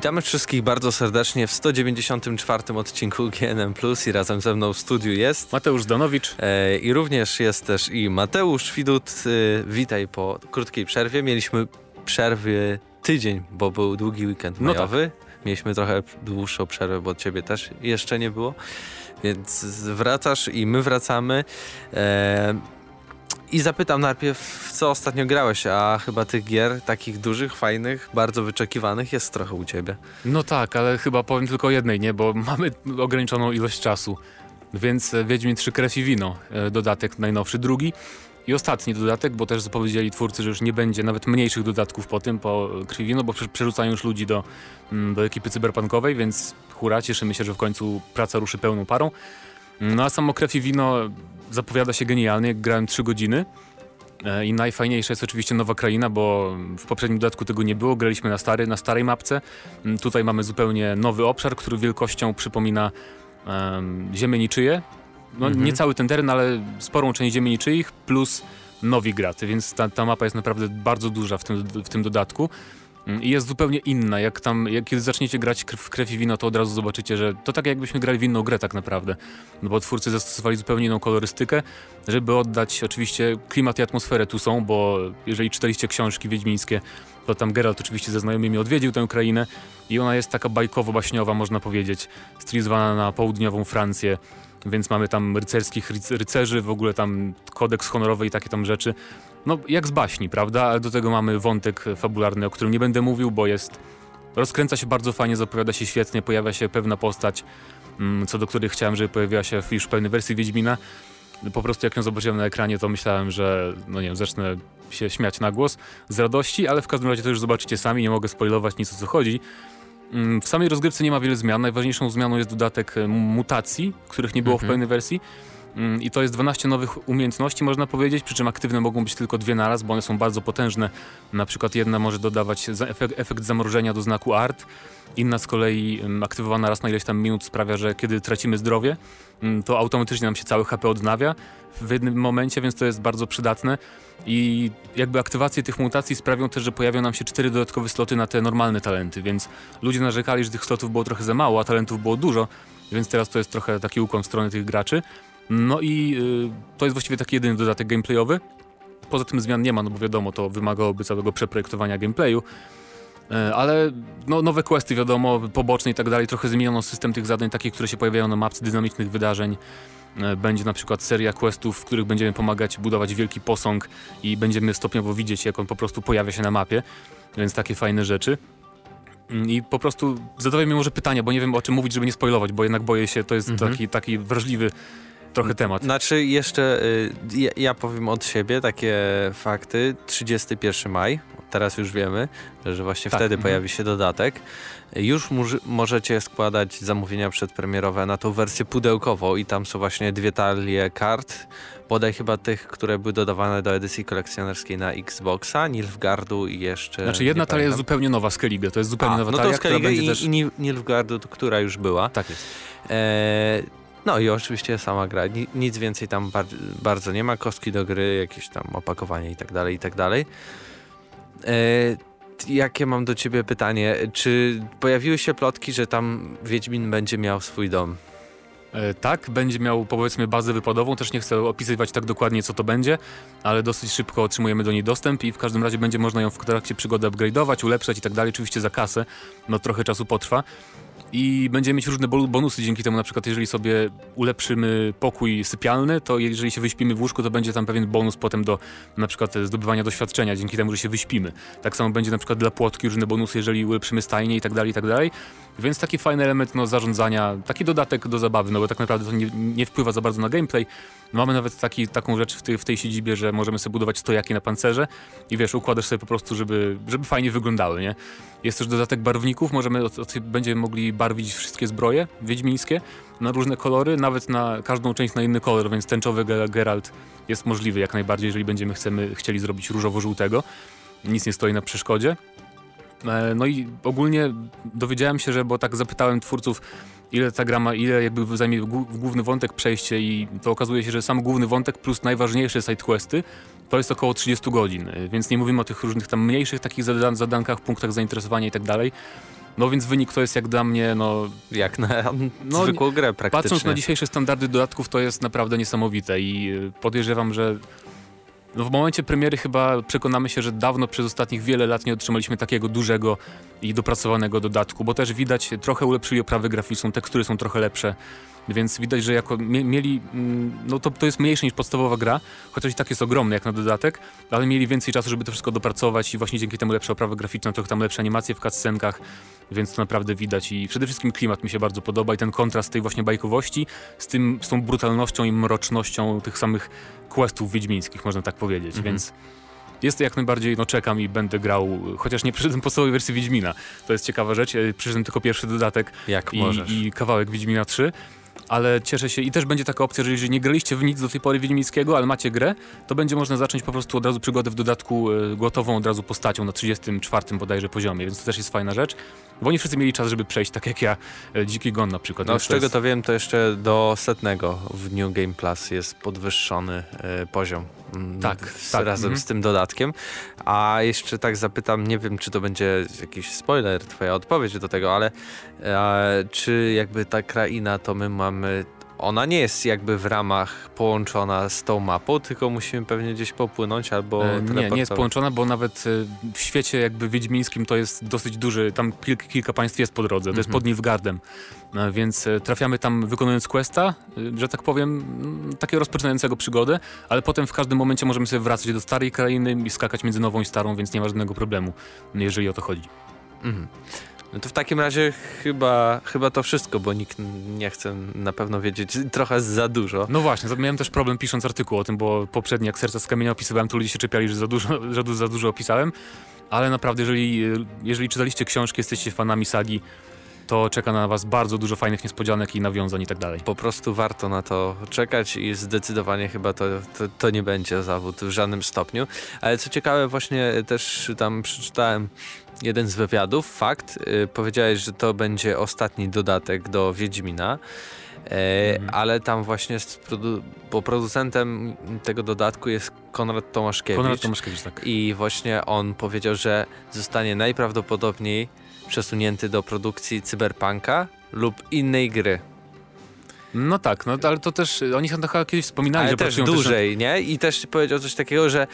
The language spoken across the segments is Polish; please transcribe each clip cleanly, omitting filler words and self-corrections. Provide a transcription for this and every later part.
Witamy wszystkich bardzo serdecznie w 194 odcinku GNM+, i razem ze mną w studiu jest Mateusz Zdanowicz. I również jest też i Mateusz Widut. Witaj po krótkiej przerwie. Mieliśmy przerwy tydzień, bo był długi weekend majowy. Tak. Mieliśmy trochę dłuższą przerwę, bo ciebie też jeszcze nie było. Więc wracasz i my wracamy. I zapytam najpierw, w co ostatnio grałeś, a chyba tych gier takich dużych, fajnych, bardzo wyczekiwanych jest trochę u ciebie. No tak, ale chyba powiem tylko jednej, nie, bo mamy ograniczoną ilość czasu. Więc Wiedźmin 3 Krew i Wino, dodatek najnowszy, drugi i ostatni dodatek, bo też zapowiedzieli twórcy, że już nie będzie nawet mniejszych dodatków po Krwi i Wino, bo przerzucają już ludzi do ekipy cyberpunkowej, więc hurra, cieszymy się, że w końcu praca ruszy pełną parą. No a samo Krew i Wino zapowiada się genialnie, jak grałem 3 godziny i najfajniejsza jest oczywiście nowa kraina, bo w poprzednim dodatku tego nie było, graliśmy na starej mapce. Tutaj mamy zupełnie nowy obszar, który wielkością przypomina ziemię niczyje. No nie cały ten teren, ale sporą część ziemi niczyich plus Nowigrad, więc ta mapa jest naprawdę bardzo duża w tym dodatku. I jest zupełnie inna. Kiedy zaczniecie grać w Krew i Wino, to od razu zobaczycie, że to tak jakbyśmy grali w inną grę tak naprawdę. No bo twórcy zastosowali zupełnie inną kolorystykę, żeby oddać oczywiście klimat i atmosferę tu są, bo jeżeli czytaliście książki wiedźmińskie, to tam Geralt oczywiście ze znajomymi odwiedził tę krainę i ona jest taka bajkowo-baśniowa, można powiedzieć, stylizowana na południową Francję. Więc mamy tam rycerskich rycerzy, w ogóle tam kodeks honorowy i takie tam rzeczy. No jak z baśni, prawda? Ale do tego mamy wątek fabularny, o którym nie będę mówił, bo rozkręca się bardzo fajnie, zapowiada się świetnie, pojawia się pewna postać, co do której chciałem, żeby pojawiła się już w pełnej wersji Wiedźmina. Po prostu jak ją zobaczyłem na ekranie, to myślałem, że zacznę się śmiać na głos z radości, ale w każdym razie to już zobaczycie sami, nie mogę spoilować nic, o co chodzi. W samej rozgrywce nie ma wiele zmian. Najważniejszą zmianą jest dodatek mutacji, których nie było w pełnej wersji. I to jest 12 nowych umiejętności, można powiedzieć, przy czym aktywne mogą być tylko 2 naraz, bo one są bardzo potężne. Na przykład jedna może dodawać efekt zamrożenia do znaku art, inna z kolei aktywowana raz na ileś tam minut sprawia, że kiedy tracimy zdrowie, to automatycznie nam się cały HP odnawia w jednym momencie, więc to jest bardzo przydatne. I jakby aktywacje tych mutacji sprawią też, że pojawią nam się 4 dodatkowe sloty na te normalne talenty, więc ludzie narzekali, że tych slotów było trochę za mało, a talentów było dużo, więc teraz to jest trochę taki ukłon w stronę tych graczy. No i to jest właściwie taki jedyny dodatek gameplayowy. Poza tym zmian nie ma, no bo wiadomo, to wymagałoby całego przeprojektowania gameplayu. Ale nowe questy, wiadomo, poboczne i tak dalej. Trochę zmieniono system tych zadań, takich, które się pojawiają na mapce, dynamicznych wydarzeń. Będzie na przykład seria questów, w których będziemy pomagać budować wielki posąg i będziemy stopniowo widzieć, jak on po prostu pojawia się na mapie. Więc takie fajne rzeczy. I po prostu zadawaj mi może pytania, bo nie wiem, o czym mówić, żeby nie spoilować, bo jednak boję się, to jest taki wrażliwy trochę temat. Znaczy jeszcze ja powiem od siebie takie fakty. 31 maj, teraz już wiemy, że właśnie wtedy pojawi się dodatek. Już możecie składać zamówienia przedpremierowe na tą wersję pudełkową i tam są właśnie 2 talie kart, bodaj chyba tych, które były dodawane do edycji kolekcjonerskiej na Xboxa, Nilfgaardu i jeszcze... Znaczy jedna talia jest zupełnie nowa, Skellige, to jest zupełnie nowa talia, no to która będzie też... i Nilfgaardu, która już była. Tak jest. No i oczywiście sama gra, nic więcej tam bardzo nie ma, kostki do gry, jakieś tam opakowanie i tak dalej, i tak dalej. Jakie mam do ciebie pytanie, czy pojawiły się plotki, że tam Wiedźmin będzie miał swój dom? Tak, będzie miał powiedzmy bazę wypadową, też nie chcę opisywać tak dokładnie co to będzie, ale dosyć szybko otrzymujemy do niej dostęp i w każdym razie będzie można ją w trakcie przygody upgrade'ować, ulepszać i tak dalej, oczywiście za kasę, no trochę czasu potrwa. I będziemy mieć różne bonusy dzięki temu, na przykład jeżeli sobie ulepszymy pokój sypialny, to jeżeli się wyśpimy w łóżku, to będzie tam pewien bonus potem do na przykład zdobywania doświadczenia dzięki temu, że się wyśpimy. Tak samo będzie na przykład dla płotki różne bonusy, jeżeli ulepszymy stajnię i tak dalej, i tak dalej. Więc taki fajny element zarządzania, taki dodatek do zabawy, no bo tak naprawdę to nie wpływa za bardzo na gameplay. Mamy nawet taką rzecz w tej siedzibie, że możemy sobie budować stojaki na pancerze i wiesz, układasz sobie po prostu, żeby fajnie wyglądały, nie? Jest też dodatek barwników, będziemy mogli barwić wszystkie zbroje wiedźmińskie na różne kolory, nawet na każdą część na inny kolor, więc tęczowy Geralt jest możliwy jak najbardziej, jeżeli będziemy chcieli zrobić różowo-żółtego. Nic nie stoi na przeszkodzie. No i ogólnie dowiedziałem się, bo tak zapytałem twórców, ile ta gra ma, ile jakby zajmie główny wątek przejście i to okazuje się, że sam główny wątek plus najważniejsze sidequesty to jest około 30 godzin, więc nie mówimy o tych różnych tam mniejszych takich zadankach, punktach zainteresowania i tak dalej. No więc wynik to jest jak dla mnie, jak na zwykłą grę praktycznie. Patrząc na dzisiejsze standardy dodatków, to jest naprawdę niesamowite i podejrzewam, że w momencie premiery chyba przekonamy się, że dawno przez ostatnich wiele lat nie otrzymaliśmy takiego dużego i dopracowanego dodatku, bo też widać, trochę ulepszyli oprawę graficzną, tekstury są trochę lepsze, więc widać, że jako mieli, to jest mniejsze niż podstawowa gra, chociaż i tak jest ogromne jak na dodatek, ale mieli więcej czasu, żeby to wszystko dopracować i właśnie dzięki temu lepsza oprawa graficzna, trochę tam lepsze animacje w cutscenkach, więc to naprawdę widać i przede wszystkim klimat mi się bardzo podoba i ten kontrast tej właśnie bajkowości z tą brutalnością i mrocznością tych samych questów wiedźmińskich, można tak powiedzieć, więc jest to jak najbardziej, czekam i będę grał, chociaż nie przyszedłem podstawowej wersji Wiedźmina, to jest ciekawa rzecz, przyszedłem tylko pierwszy dodatek i kawałek Wiedźmina 3, ale cieszę się i też będzie taka opcja, że jeżeli nie graliście w nic do tej pory wiedźmińskiego, ale macie grę, to będzie można zacząć po prostu od razu przygodę w dodatku gotową od razu postacią na 34 bodajże poziomie, więc to też jest fajna rzecz, bo oni wszyscy mieli czas, żeby przejść, tak jak ja, Dziki Gon na przykład. Z czego to wiem, to jeszcze do 100 w New Game Plus jest podwyższony poziom. Razem z tym dodatkiem. A jeszcze tak zapytam, nie wiem, czy to będzie jakiś spoiler, twoja odpowiedź do tego, ale czy jakby ta kraina to my mamy, ona nie jest jakby w ramach połączona z tą mapą, tylko musimy pewnie gdzieś popłynąć albo nie jest połączona, bo nawet w świecie jakby wiedźmińskim to jest dosyć duży, tam kilka państw jest po drodze, to jest pod Nilfgaardem, więc trafiamy tam wykonując questa, że tak powiem, takiego rozpoczynającego przygodę, ale potem w każdym momencie możemy sobie wracać do starej krainy i skakać między nową i starą, więc nie ma żadnego problemu, jeżeli o to chodzi. No to w takim razie chyba to wszystko, bo nikt nie chce na pewno wiedzieć trochę za dużo. No właśnie, miałem też problem pisząc artykuł o tym, bo poprzednio jak Serca z Kamienia opisywałem, to ludzie się czepiali, że za dużo opisałem, ale naprawdę jeżeli czytaliście książki, jesteście fanami sagi, to czeka na was bardzo dużo fajnych niespodzianek i nawiązań i tak dalej. Po prostu warto na to czekać i zdecydowanie chyba to nie będzie zawód w żadnym stopniu. Ale co ciekawe, właśnie też tam przeczytałem jeden z wywiadów, powiedziałeś, że to będzie ostatni dodatek do Wiedźmina, ale tam właśnie bo producentem tego dodatku jest Konrad Tomaszkiewicz. Tak. I właśnie on powiedział, że zostanie najprawdopodobniej przesunięty do produkcji Cyberpunka lub innej gry. No tak, ale to też oni chyba kiedyś wspominali, ale że też dłużej, nie? I też powiedział coś takiego, że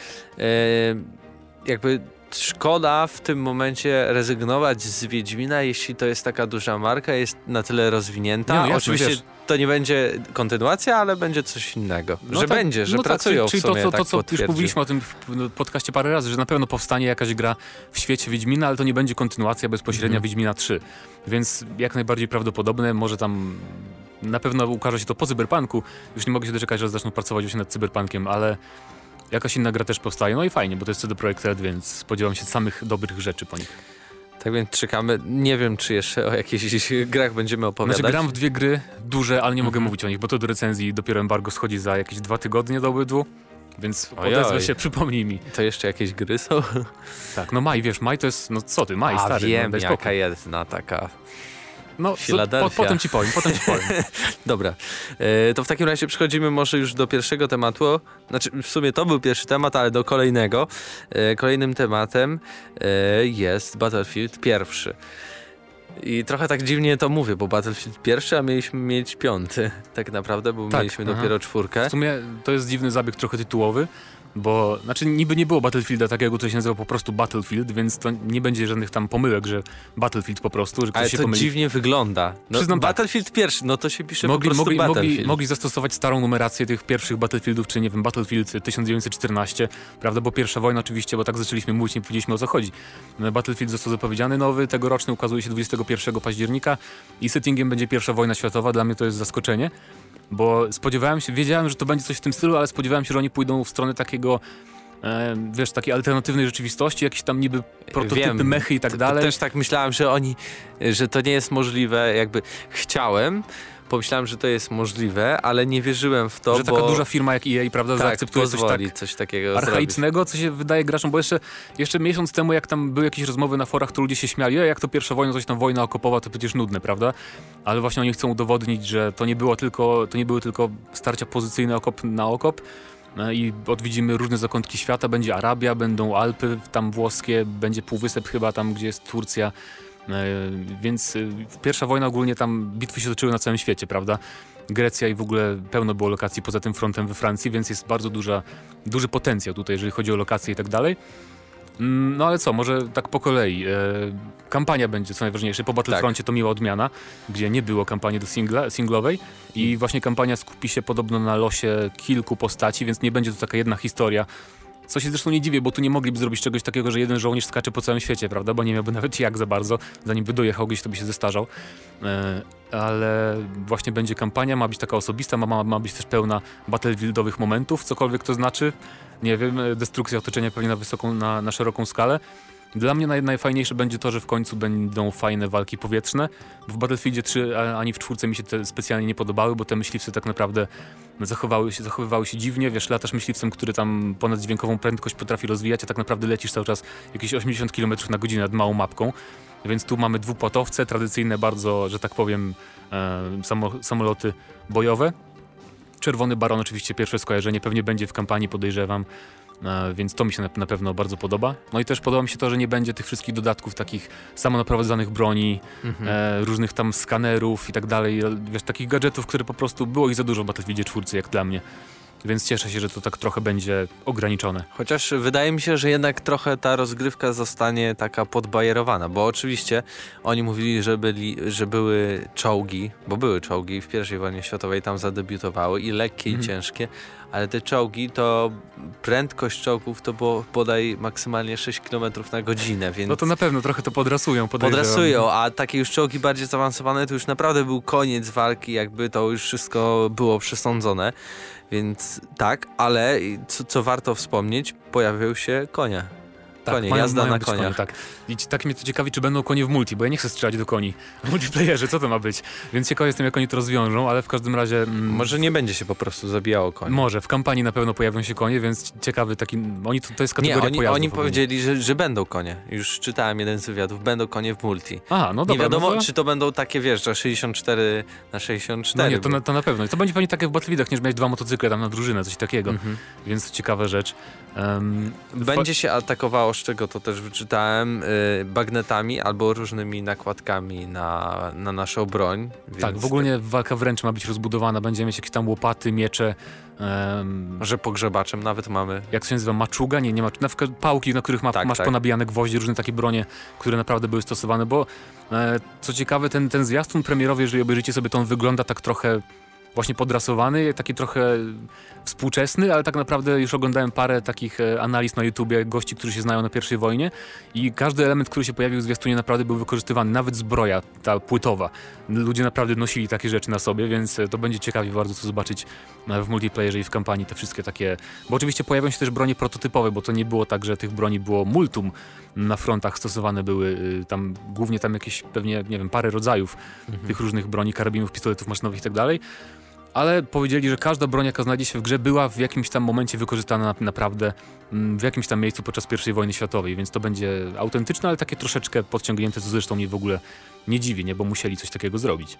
jakby szkoda w tym momencie rezygnować z Wiedźmina, jeśli to jest taka duża marka, jest na tyle rozwinięta. No, oczywiście to nie będzie kontynuacja, ale będzie coś innego. No że pracują w sumie, to, co już mówiliśmy o tym w podcaście parę razy, że na pewno powstanie jakaś gra w świecie Wiedźmina, ale to nie będzie kontynuacja bezpośrednia Wiedźmina 3. Więc jak najbardziej prawdopodobne, może tam na pewno ukaże się to po Cyberpunku. Już nie mogę się doczekać, że zaczną pracować właśnie nad Cyberpunkiem, ale jakaś inna gra też powstaje. No i fajnie, bo to jest CD Projekt Red, więc spodziewam się samych dobrych rzeczy po nich. Tak więc czekamy. Nie wiem, czy jeszcze o jakichś grach będziemy opowiadać. Znaczy gram w 2 gry duże, ale nie mogę mówić o nich, bo to do recenzji dopiero embargo schodzi za jakieś 2 tygodnie do obydwu. Więc odezwę się, przypomnij mi. To jeszcze jakieś gry są? Tak, maj, wiesz, maj to jest, co ty, maj, stary. Wiem, jaka jedna taka... No, potem ci powiem. Dobra, to w takim razie przechodzimy może już do pierwszego tematu. Znaczy, w sumie to był pierwszy temat, ale do kolejnego. Kolejnym tematem jest Battlefield 1. I trochę tak dziwnie to mówię, bo Battlefield 1, a mieliśmy mieć 5 tak naprawdę, bo mieliśmy dopiero 4. W sumie to jest dziwny zabieg trochę tytułowy, bo znaczy niby nie było Battlefielda takiego, który się nazywał po prostu Battlefield, więc to nie będzie żadnych tam pomyłek, że Battlefield po prostu, że ktoś ale się to pomyli. dziwnie wygląda. Przyznam, Battlefield 1, no to się pisze po prostu Battlefield. Mogli zastosować starą numerację tych pierwszych Battlefieldów, czy nie wiem, Battlefield 1914, prawda, bo pierwsza wojna oczywiście, bo tak zaczęliśmy mówić, nie powiedzieliśmy o co chodzi. Battlefield został zapowiedziany nowy, tegoroczny ukazuje się 21 października i settingiem będzie pierwsza wojna światowa, dla mnie to jest zaskoczenie. Bo wiedziałem, że to będzie coś w tym stylu, ale spodziewałem się, że oni pójdą w stronę takiego, takiej alternatywnej rzeczywistości, jakieś tam niby prototypy, mechy i tak dalej. Też tak myślałem, że to nie jest możliwe, jakby pomyślałem, że to jest możliwe, ale nie wierzyłem w to, że taka duża firma jak EA, prawda, zaakceptuje coś takiego archaicznego, co się wydaje graczom, bo jeszcze miesiąc temu, jak tam były jakieś rozmowy na forach, to ludzie się śmiali, jak to pierwsza wojna, coś tam wojna okopowa, to przecież nudne, prawda? Ale właśnie oni chcą udowodnić, że to nie były tylko starcia pozycyjne okop na okop, i odwiedzimy różne zakątki świata, będzie Arabia, będą Alpy tam włoskie, będzie półwysep chyba tam, gdzie jest Turcja, Więc pierwsza wojna ogólnie tam bitwy się toczyły na całym świecie, prawda? Grecja i w ogóle pełno było lokacji poza tym frontem we Francji, więc jest bardzo duży potencjał tutaj, jeżeli chodzi o lokacje i tak dalej. No ale co, może tak po kolei. Kampania będzie co najważniejsze. Po Battlefroncie to miła odmiana, gdzie nie było kampanii singlowej i właśnie kampania skupi się podobno na losie kilku postaci, więc nie będzie to taka jedna historia. Co się zresztą nie dziwię, bo tu nie mogliby zrobić czegoś takiego, że jeden żołnierz skacze po całym świecie, prawda? Bo nie miałby nawet jak za bardzo, zanim by dojechał gdzieś, to by się zestarzał. Ale właśnie będzie kampania, ma być taka osobista, ma być też pełna battlefieldowych momentów, cokolwiek to znaczy. Nie wiem, destrukcja otoczenia pewnie na szeroką skalę. Dla mnie najfajniejsze będzie to, że w końcu będą fajne walki powietrzne, bo w Battlefieldzie 3 ani w 4 mi się te specjalnie nie podobały, bo te myśliwce tak naprawdę zachowywały się dziwnie. Wiesz, latasz myśliwcem, który tam ponaddźwiękową prędkość potrafi rozwijać, a tak naprawdę lecisz cały czas jakieś 80 km na godzinę nad małą mapką. Więc tu mamy dwupłatowce, tradycyjne bardzo, że tak powiem, samoloty bojowe. Czerwony Baron oczywiście pierwsze skojarzenie, pewnie będzie w kampanii, podejrzewam. Więc to mi się na pewno bardzo podoba. No i też podoba mi się to, że nie będzie tych wszystkich dodatków takich samonaprowadzanych broni, różnych tam skanerów i tak dalej, wiesz, takich gadżetów, które po prostu było ich za dużo w Battlefieldzie 4, jak dla mnie. Więc cieszę się, że to tak trochę będzie ograniczone. Chociaż wydaje mi się, że jednak trochę ta rozgrywka zostanie taka podbajerowana, bo oczywiście oni mówili, że były czołgi, bo były czołgi w I wojnie światowej, tam zadebiutowały i lekkie i ciężkie, ale te czołgi to prędkość czołgów to było bodaj maksymalnie 6 km na godzinę, więc... No to na pewno trochę to podrasują, a takie już czołgi bardziej zaawansowane to już naprawdę był koniec walki, jakby to już wszystko było przesądzone. Więc tak, ale co warto wspomnieć, pojawią się konie. Konie, jazda na koniach. Konie, tak. I tak mnie to ciekawi, czy będą konie w multi, bo ja nie chcę strzelać do koni. W multiplayerze, co to ma być? Więc ciekawy jestem, jak oni to rozwiążą, ale w każdym razie... Może nie będzie się po prostu zabijało koni. Może, w kampanii na pewno pojawią się konie, więc ciekawy taki... To jest kategoria pojazdów. Oni powiedzieli, że będą konie. Już czytałem jeden z wywiadów, będą konie w multi. Aha, no dobra. Nie wiadomo, czy to będą takie, wiesz, że 64 na 64. No nie, to na pewno. To będzie pewnie takie w Battlefieldach, niż mieć 2 motocykle tam na drużynę, coś takiego. Więc ciekawa rzecz. Będzie się atakowało, z czego to też wyczytałem, bagnetami albo różnymi nakładkami na naszą broń. Więc tak, w ogóle walka wręcz ma być rozbudowana, będziemy mieć jakieś tam łopaty, miecze. Że pogrzebaczem nawet mamy. Jak to się nazywa? Maczuga? Nie ma. Na przykład pałki, na których masz ponabijane gwoździe, różne takie bronie, które naprawdę były stosowane, bo co ciekawe, ten zwiastun premierowy, jeżeli obejrzycie sobie, to on wygląda tak trochę właśnie podrasowany, taki trochę współczesny, ale tak naprawdę już oglądałem parę takich analiz na YouTubie, gości, którzy się znają na I wojnie i każdy element, który się pojawił w zwiastunie, naprawdę był wykorzystywany, nawet zbroja ta płytowa. Ludzie naprawdę nosili takie rzeczy na sobie, więc to będzie ciekawie bardzo co zobaczyć w multiplayerze i w kampanii, te wszystkie takie, bo oczywiście pojawią się też bronie prototypowe, bo to nie było tak, że tych broni było multum na frontach, stosowane były tam głównie tam jakieś pewnie, nie wiem, parę rodzajów tych różnych broni, karabinów, pistoletów maszynowych i tak dalej. Ale powiedzieli, że każda broń, jaka znajdzie się w grze, była w jakimś tam momencie wykorzystana naprawdę w jakimś tam miejscu podczas I wojny światowej, więc to będzie autentyczne, ale takie troszeczkę podciągnięte, co zresztą mnie w ogóle nie dziwi, nie? Bo musieli coś takiego zrobić.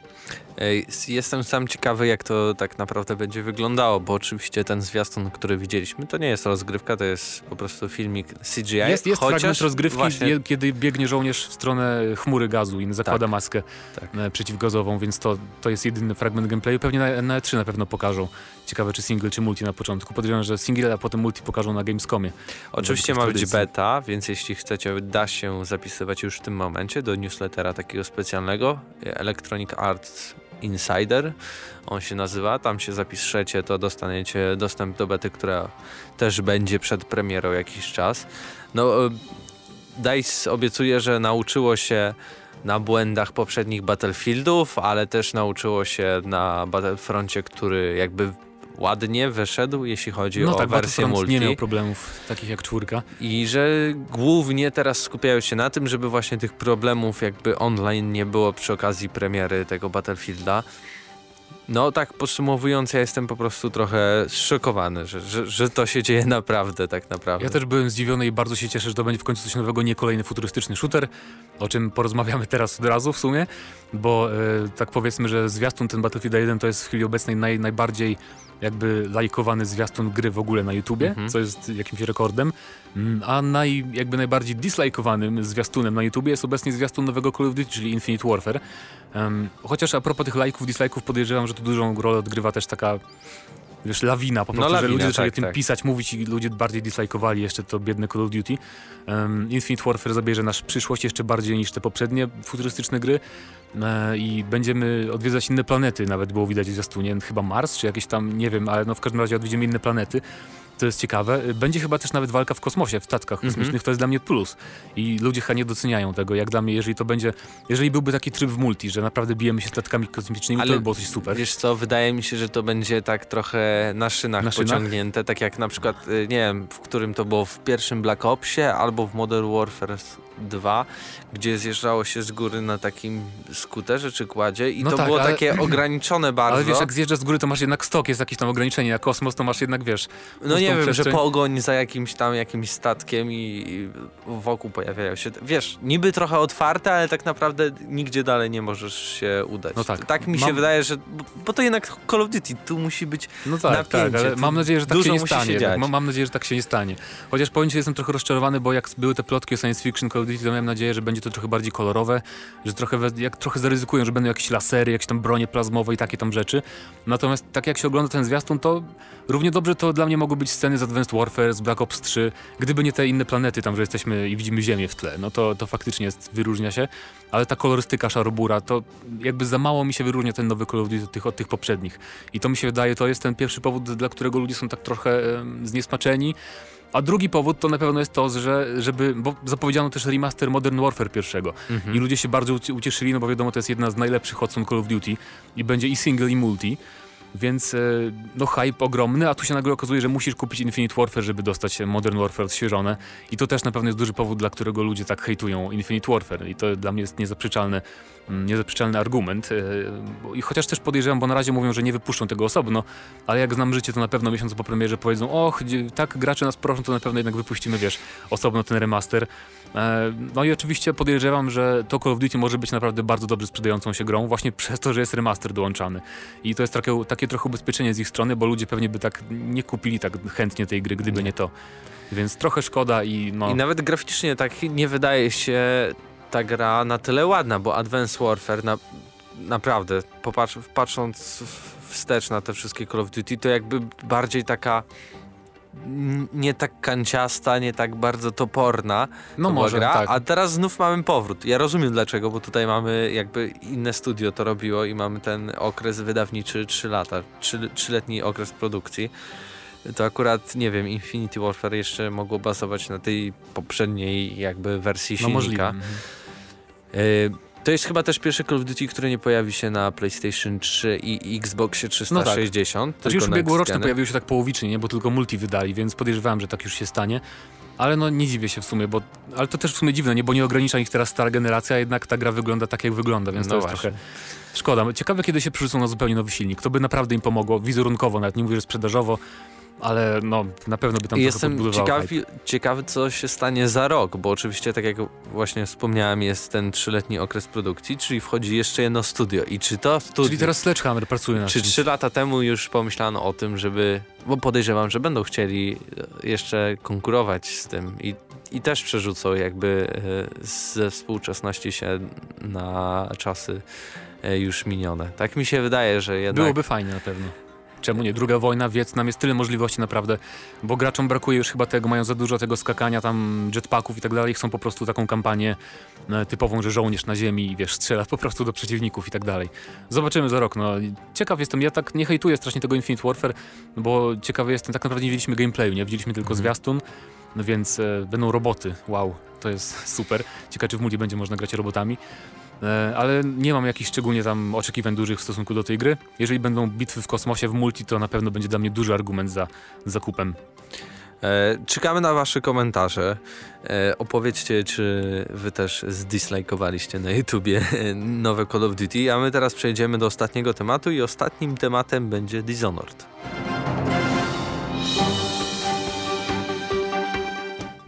Jestem sam ciekawy, jak to tak naprawdę będzie wyglądało, bo oczywiście ten zwiastun, który widzieliśmy, to nie jest rozgrywka, to jest po prostu filmik CGI. Jest fragment rozgrywki, kiedy biegnie żołnierz w stronę chmury gazu i zakłada maskę przeciwgazową, więc to jest jedyny fragment gameplayu. Pewnie na E3 na pewno pokażą. Ciekawe, czy single, czy multi na początku. Podejrzewam, że single, a potem multi pokażą na Gamescomie. Oczywiście ma być beta, więc jeśli chcecie, da się zapisywać już w tym momencie do newslettera takiego specjalnego, Electronic Arts Insider, on się nazywa, tam się zapiszecie, to dostaniecie dostęp do bety, która też będzie przed premierą jakiś czas. No, DICE obiecuje, że nauczyło się na błędach poprzednich Battlefieldów, ale też nauczyło się na Battlefroncie, który jakby ładnie wyszedł, jeśli chodzi o wersję multi. Nie miał problemów takich jak 4. I że głównie teraz skupiają się na tym, żeby właśnie tych problemów jakby online nie było przy okazji premiery tego Battlefielda. No tak podsumowując, ja jestem po prostu trochę zszokowany, że to się dzieje naprawdę, tak naprawdę. Ja też byłem zdziwiony i bardzo się cieszę, że to będzie w końcu coś nowego, nie kolejny futurystyczny shooter, o czym porozmawiamy teraz od razu w sumie, bo tak powiedzmy, że zwiastun ten Battlefield 1 to jest w chwili obecnej najbardziej jakby lajkowany zwiastun gry w ogóle na YouTubie, co jest jakimś rekordem, a najbardziej dislajkowanym zwiastunem na YouTubie jest obecnie zwiastun nowego Call of Duty, czyli Infinite Warfare. Chociaż a propos tych lajków, dislajków, podejrzewam, że tu dużą rolę odgrywa też taka, wiesz, lawina po prostu, że ludzie zaczęli o tym pisać, mówić i ludzie bardziej dislajkowali jeszcze to biedne Call of Duty. Infinite Warfare zabierze nasz przyszłość jeszcze bardziej niż te poprzednie futurystyczne gry i będziemy odwiedzać inne planety, nawet było widać w zwiastunie, chyba Mars czy jakieś tam, nie wiem, ale no w każdym razie odwiedzimy inne planety. To jest ciekawe. Będzie chyba też nawet walka w kosmosie, w statkach kosmicznych, to jest dla mnie plus. I ludzie chyba nie doceniają tego, jak dla mnie, jeżeli byłby taki tryb w multi, że naprawdę bijemy się statkami kosmicznymi, to by było coś super. Wiesz co, wydaje mi się, że to będzie tak trochę na szynach pociągnięte, tak jak na przykład, nie wiem, w którym to było, w pierwszym Black Opsie albo w Modern Warfare 2, gdzie zjeżdżało się z góry na takim skuterze czy kładzie i to było takie ograniczone bardzo. Ale wiesz, jak zjeżdżasz z góry, to masz jednak stok, jest jakieś tam ograniczenie, a kosmos to masz jednak, wiesz... No nie wiem, że pogoń za jakimś statkiem i wokół pojawiają się... Wiesz, niby trochę otwarte, ale tak naprawdę nigdzie dalej nie możesz się udać. No tak. Tak mi się wydaje, że... Bo to jednak Call of Duty, tu musi być napięcie. Tak, ale mam nadzieję, że tak się nie stanie. Mam nadzieję, że tak się nie stanie. Chociaż powiem ci, że jestem trochę rozczarowany, bo jak były te plotki o science fiction Call of Duty, to miałem nadzieję, że będzie to trochę bardziej kolorowe, że trochę zaryzykują, że będą jakieś lasery, jakieś tam bronie plazmowe i takie tam rzeczy. Natomiast tak jak się ogląda ten zwiastun, to równie dobrze to dla mnie mogły być sceny z Advanced Warfare, z Black Ops 3, gdyby nie te inne planety tam, że jesteśmy i widzimy Ziemię w tle, no to faktycznie wyróżnia się, ale ta kolorystyka szarobura, to jakby za mało mi się wyróżnia ten nowy Call of Duty od tych poprzednich. I to mi się wydaje, to jest ten pierwszy powód, dla którego ludzie są tak trochę zniesmaczeni. A drugi powód to na pewno jest to, bo zapowiedziano też remaster Modern Warfare pierwszego i ludzie się bardzo ucieszyli, no bo wiadomo, to jest jedna z najlepszych odsłon Call of Duty i będzie i single i multi, więc no hype ogromny, a tu się nagle okazuje, że musisz kupić Infinite Warfare, żeby dostać Modern Warfare odświeżone i to też na pewno jest duży powód, dla którego ludzie tak hejtują Infinite Warfare i to dla mnie jest niezaprzeczalny argument. I chociaż też podejrzewam, bo na razie mówią, że nie wypuszczą tego osobno, ale jak znam życie, to na pewno miesiąc po premierze powiedzą, tak gracze nas proszą, to na pewno jednak wypuścimy, wiesz, osobno ten remaster. No i oczywiście podejrzewam, że to Call of Duty może być naprawdę bardzo dobrze sprzedającą się grą, właśnie przez to, że jest remaster dołączany. I to jest takie trochę ubezpieczenie z ich strony, bo ludzie pewnie by tak nie kupili tak chętnie tej gry, gdyby nie to. Więc trochę szkoda i no... I nawet graficznie tak nie wydaje się ta gra na tyle ładna, bo Advanced Warfare naprawdę, patrząc wstecz na te wszystkie Call of Duty, to jakby bardziej taka nie tak kanciasta, nie tak bardzo toporna gra, tak. A teraz znów mamy powrót. Ja rozumiem dlaczego, bo tutaj mamy jakby inne studio to robiło i mamy ten okres wydawniczy 3 lata, 3-letni okres produkcji. To akurat, nie wiem, Infinity Warfare jeszcze mogło bazować na tej poprzedniej jakby wersji silnika. To jest chyba też pierwszy Call of Duty, który nie pojawi się na PlayStation 3 i Xboxie 360. No tak. Już ubiegłoroczne pojawiły się tak połowicznie, nie? Bo tylko multi wydali, więc podejrzewałem, że tak już się stanie. Ale no nie dziwię się w sumie, ale to też w sumie dziwne, nie? Bo nie ogranicza ich teraz stara generacja, a jednak ta gra wygląda tak, jak wygląda, więc to jest trochę szkoda. Ciekawe, kiedy się przerzucą na zupełnie nowy silnik. To by naprawdę im pomogło, wizerunkowo, nawet nie mówię, że sprzedażowo, ale no na pewno by tam trochę podbudowało. Ciekawy, co się stanie za rok, bo oczywiście, tak jak właśnie wspomniałem, jest ten 3-letni okres produkcji, czyli wchodzi jeszcze jedno studio. I czy to studio... Czyli teraz Sledgehammer pracuje na Czy 3 lata temu już pomyślano o tym, bo podejrzewam, że będą chcieli jeszcze konkurować z tym i też przerzucą jakby ze współczesności się na czasy już minione. Tak mi się wydaje, że jednak... Byłoby fajnie na pewno. Czemu nie? Druga wojna, Wietnam, jest tyle możliwości naprawdę, bo graczom brakuje już chyba tego, mają za dużo tego skakania, tam jetpacków i tak dalej, chcą po prostu taką kampanię typową, że żołnierz na ziemi, wiesz, strzela po prostu do przeciwników i tak dalej. Zobaczymy za rok, no. Ciekaw jestem, ja tak nie hejtuję strasznie tego Infinite Warfare, bo ciekawy jestem, tak naprawdę nie widzieliśmy gameplayu, nie? Widzieliśmy tylko zwiastun, no więc będą roboty, wow, to jest super. Ciekawe, czy w multi będzie można grać robotami. Ale nie mam jakichś szczególnie tam oczekiwań dużych w stosunku do tej gry. Jeżeli będą bitwy w kosmosie w multi, to na pewno będzie dla mnie duży argument za zakupem. Czekamy na wasze komentarze. Opowiedzcie, czy wy też zdislajkowaliście na YouTubie nowe Call of Duty, a my teraz przejdziemy do ostatniego tematu i ostatnim tematem będzie Dishonored.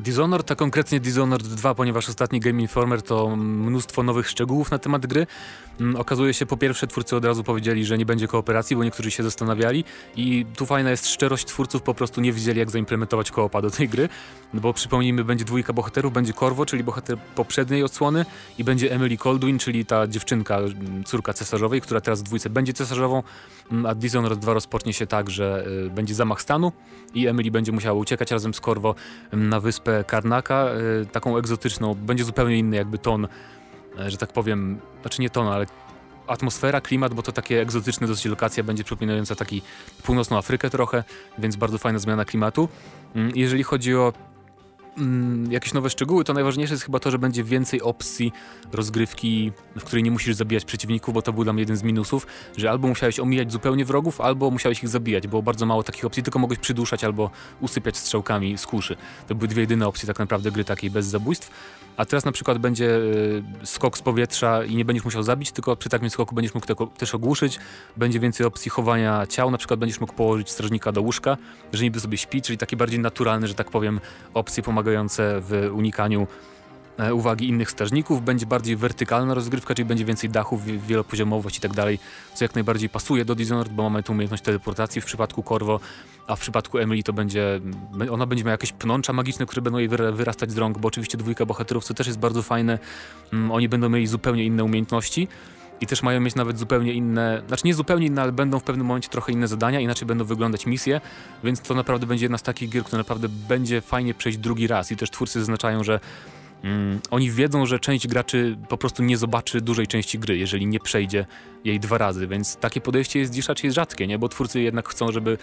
Dishonored, a konkretnie Dishonored 2, ponieważ ostatni Game Informer to mnóstwo nowych szczegółów na temat gry. Okazuje się, po pierwsze, twórcy od razu powiedzieli, że nie będzie kooperacji, bo niektórzy się zastanawiali i tu fajna jest szczerość twórców, po prostu nie wiedzieli, jak zaimplementować koopa do tej gry, bo przypomnijmy, będzie 2 bohaterów, będzie Corvo, czyli bohater poprzedniej odsłony i będzie Emily Colduin, czyli ta dziewczynka, córka cesarzowej, która teraz w 2 będzie cesarzową, a Dishonored 2 rozpocznie się tak, że będzie zamach stanu i Emily będzie musiała uciekać razem z Corvo na wyspę Karnaka, taką egzotyczną, będzie zupełnie inny jakby ton, że tak powiem, znaczy nie ton, ale atmosfera, klimat, bo to takie egzotyczne dosyć lokacja, będzie przypominająca taki północną Afrykę trochę, więc bardzo fajna zmiana klimatu. Jeżeli chodzi o jakieś nowe szczegóły, to najważniejsze jest chyba to, że będzie więcej opcji rozgrywki, w której nie musisz zabijać przeciwników, bo to był dla mnie jeden z minusów, że albo musiałeś omijać zupełnie wrogów, albo musiałeś ich zabijać. Było bardzo mało takich opcji, tylko mogłeś przyduszać albo usypiać strzałkami z kuszy. To były 2 jedyne opcje tak naprawdę gry takiej bez zabójstw. A teraz na przykład będzie skok z powietrza i nie będziesz musiał zabić, tylko przy takim skoku będziesz mógł też ogłuszyć. Będzie więcej opcji chowania ciał, na przykład będziesz mógł położyć strażnika do łóżka, że niby sobie śpi, czyli takie bardziej naturalne, że tak powiem, opcje pomagające w unikaniu uwagi innych strażników. Będzie bardziej wertykalna rozgrywka, czyli będzie więcej dachów, wielopoziomowość i tak dalej, co jak najbardziej pasuje do Dishonored, bo mamy tu umiejętność teleportacji w przypadku Corvo, a w przypadku Emily to ona będzie miała jakieś pnącza magiczne, które będą jej wyrastać z rąk, bo oczywiście 2 bohaterów, co też jest bardzo fajne, oni będą mieli zupełnie inne umiejętności i też mają mieć nawet zupełnie inne, znaczy nie zupełnie inne, ale będą w pewnym momencie trochę inne zadania, inaczej będą wyglądać misje, więc to naprawdę będzie jedna z takich gier, która naprawdę będzie fajnie przejść drugi raz i też twórcy zaznaczają, że oni wiedzą, że część graczy po prostu nie zobaczy dużej części gry, jeżeli nie przejdzie jej 2 razy, więc takie podejście jest raczej rzadkie, nie? Bo twórcy jednak chcą, żeby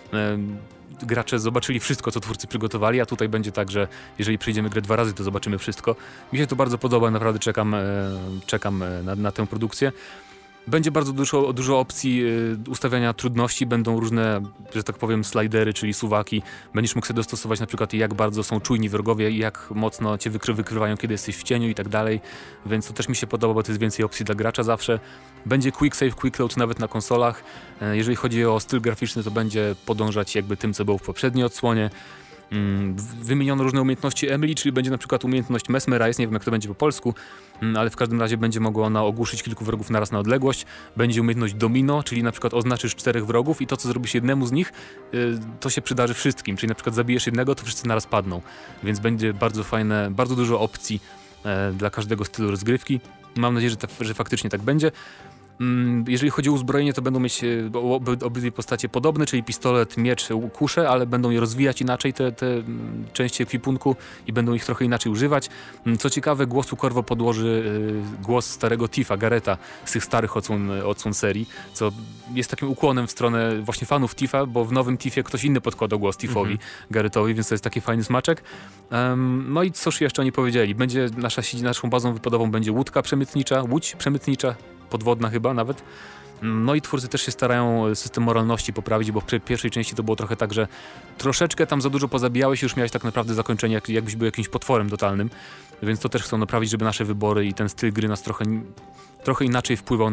gracze zobaczyli wszystko, co twórcy przygotowali, a tutaj będzie tak, że jeżeli przejdziemy grę 2 razy, to zobaczymy wszystko. Mi się to bardzo podoba, naprawdę czekam na tę produkcję. Będzie bardzo dużo opcji ustawiania trudności, będą różne, że tak powiem, slidery, czyli suwaki. Będziesz mógł sobie dostosować na przykład jak bardzo są czujni wrogowie i jak mocno cię wykrywają, kiedy jesteś w cieniu i tak dalej. Więc to też mi się podoba, bo to jest więcej opcji dla gracza zawsze. Będzie quick save, quick load nawet na konsolach. Jeżeli chodzi o styl graficzny, to będzie podążać jakby tym, co było w poprzedniej odsłonie. Wymieniono różne umiejętności Emily, czyli będzie na przykład umiejętność Mesmerize, nie wiem jak to będzie po polsku, ale w każdym razie będzie mogła ona ogłuszyć kilku wrogów naraz na odległość. Będzie umiejętność Domino, czyli na przykład oznaczysz 4 wrogów i to, co zrobisz jednemu z nich, to się przydarzy wszystkim, czyli na przykład zabijesz jednego, to wszyscy naraz padną, więc będzie bardzo fajne, bardzo dużo opcji dla każdego stylu rozgrywki. Mam nadzieję, że faktycznie tak będzie. Jeżeli chodzi o uzbrojenie, to będą mieć obydwie postacie podobne, czyli pistolet, miecz, kusze, ale będą je rozwijać inaczej, te części ekwipunku i będą ich trochę inaczej używać. Co ciekawe, głosu Corvo podłoży głos starego Tifa, Gareta, z tych starych odsłon serii, co jest takim ukłonem w stronę właśnie fanów Tifa, bo w nowym Tifie ktoś inny podkładał głos Tifowi, Garetowi, więc to jest taki fajny smaczek. No i cóż jeszcze oni powiedzieli, naszą bazą wypadową będzie łódź przemytnicza, podwodna chyba nawet. No i twórcy też się starają system moralności poprawić, bo w pierwszej części to było trochę tak, że troszeczkę tam za dużo pozabijałeś i już miałeś tak naprawdę zakończenie, jakbyś był jakimś potworem totalnym. Więc to też chcą naprawić, żeby nasze wybory i ten styl gry nas trochę inaczej wpływał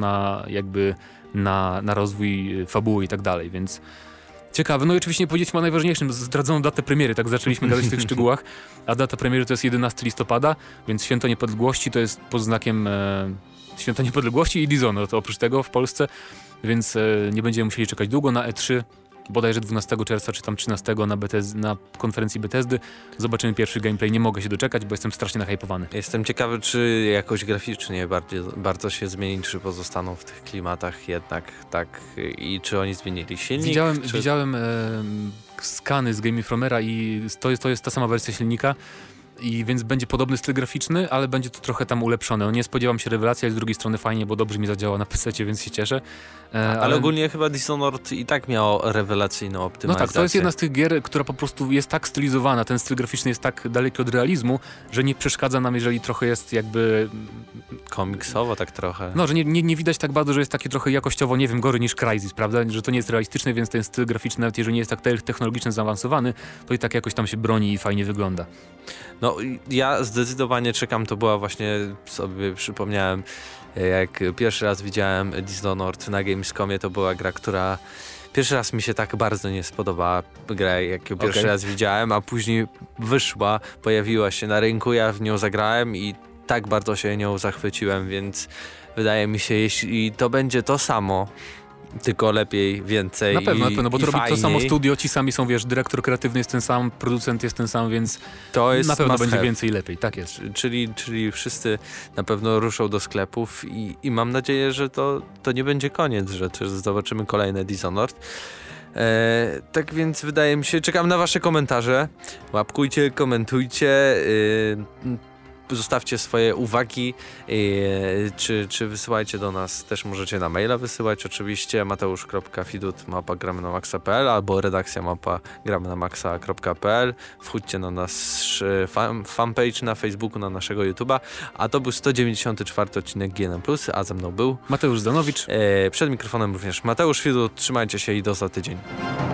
na rozwój fabuły i tak dalej, więc ciekawe. No i oczywiście nie powiedzieliśmy o najważniejszym, zdradzoną datę premiery, tak zaczęliśmy gadać w tych szczegółach, a data premiery to jest 11 listopada, więc Święto Niepodległości to jest pod znakiem Święto Niepodległości i Dishonored oprócz tego w Polsce, więc nie będziemy musieli czekać długo na E3, bodajże 12 czerwca czy tam 13 na konferencji Bethesdy. Zobaczymy pierwszy gameplay, nie mogę się doczekać, bo jestem strasznie nahypowany. Jestem ciekawy, czy jakoś graficznie bardzo się zmieni, czy pozostaną w tych klimatach jednak tak i czy oni zmienili silnik. Widziałem skany z Game Informera i to jest ta sama wersja silnika. I więc będzie podobny styl graficzny, ale będzie to trochę tam ulepszone. No nie spodziewam się rewelacji, ale z drugiej strony fajnie, bo dobrze mi zadziała na PC-cie, więc się cieszę. Ale ogólnie chyba Dishonored i tak miał rewelacyjną optymalizację. No tak, to jest jedna z tych gier, która po prostu jest tak stylizowana, ten styl graficzny jest tak daleki od realizmu, że nie przeszkadza nam, jeżeli trochę jest jakby komiksowo tak trochę. No, że nie widać tak bardzo, że jest takie trochę jakościowo, nie wiem, gory niż Crysis, prawda? Że to nie jest realistyczne, więc ten styl graficzny, nawet jeżeli nie jest tak technologicznie zaawansowany, to i tak jakoś tam się broni i fajnie wygląda. No, ja zdecydowanie czekam, to była właśnie, sobie przypomniałem, jak pierwszy raz widziałem Dishonored na Gamescomie, to była gra, która pierwszy raz mi się tak bardzo nie spodobała gra, jak ją pierwszy raz widziałem, a później wyszła, pojawiła się na rynku, ja w nią zagrałem i tak bardzo się nią zachwyciłem, więc wydaje mi się, jeśli to będzie to samo, tylko lepiej, więcej. Na pewno, bo to robi fajniej. to samo studio, ci sami są, wiesz, dyrektor kreatywny jest ten sam, producent jest ten sam, więc to jest na pewno będzie więcej i lepiej, tak jest. Czyli wszyscy na pewno ruszą do sklepów i mam nadzieję, że to nie będzie koniec, że też zobaczymy kolejne Dishonored. Tak więc wydaje mi się, czekam na wasze komentarze, łapkujcie, komentujcie, zostawcie swoje uwagi, czy wysyłajcie do nas, też możecie na maila wysyłać oczywiście, mateusz.fidut@gramynamaksa.pl albo redakcja@gramynamaksa.pl. Wchódźcie na nasz fanpage na Facebooku, na naszego YouTube'a, a to był 194 odcinek GNM+, a ze mną był Mateusz Zdanowicz. przed mikrofonem również Mateusz Fidut, trzymajcie się i do za tydzień.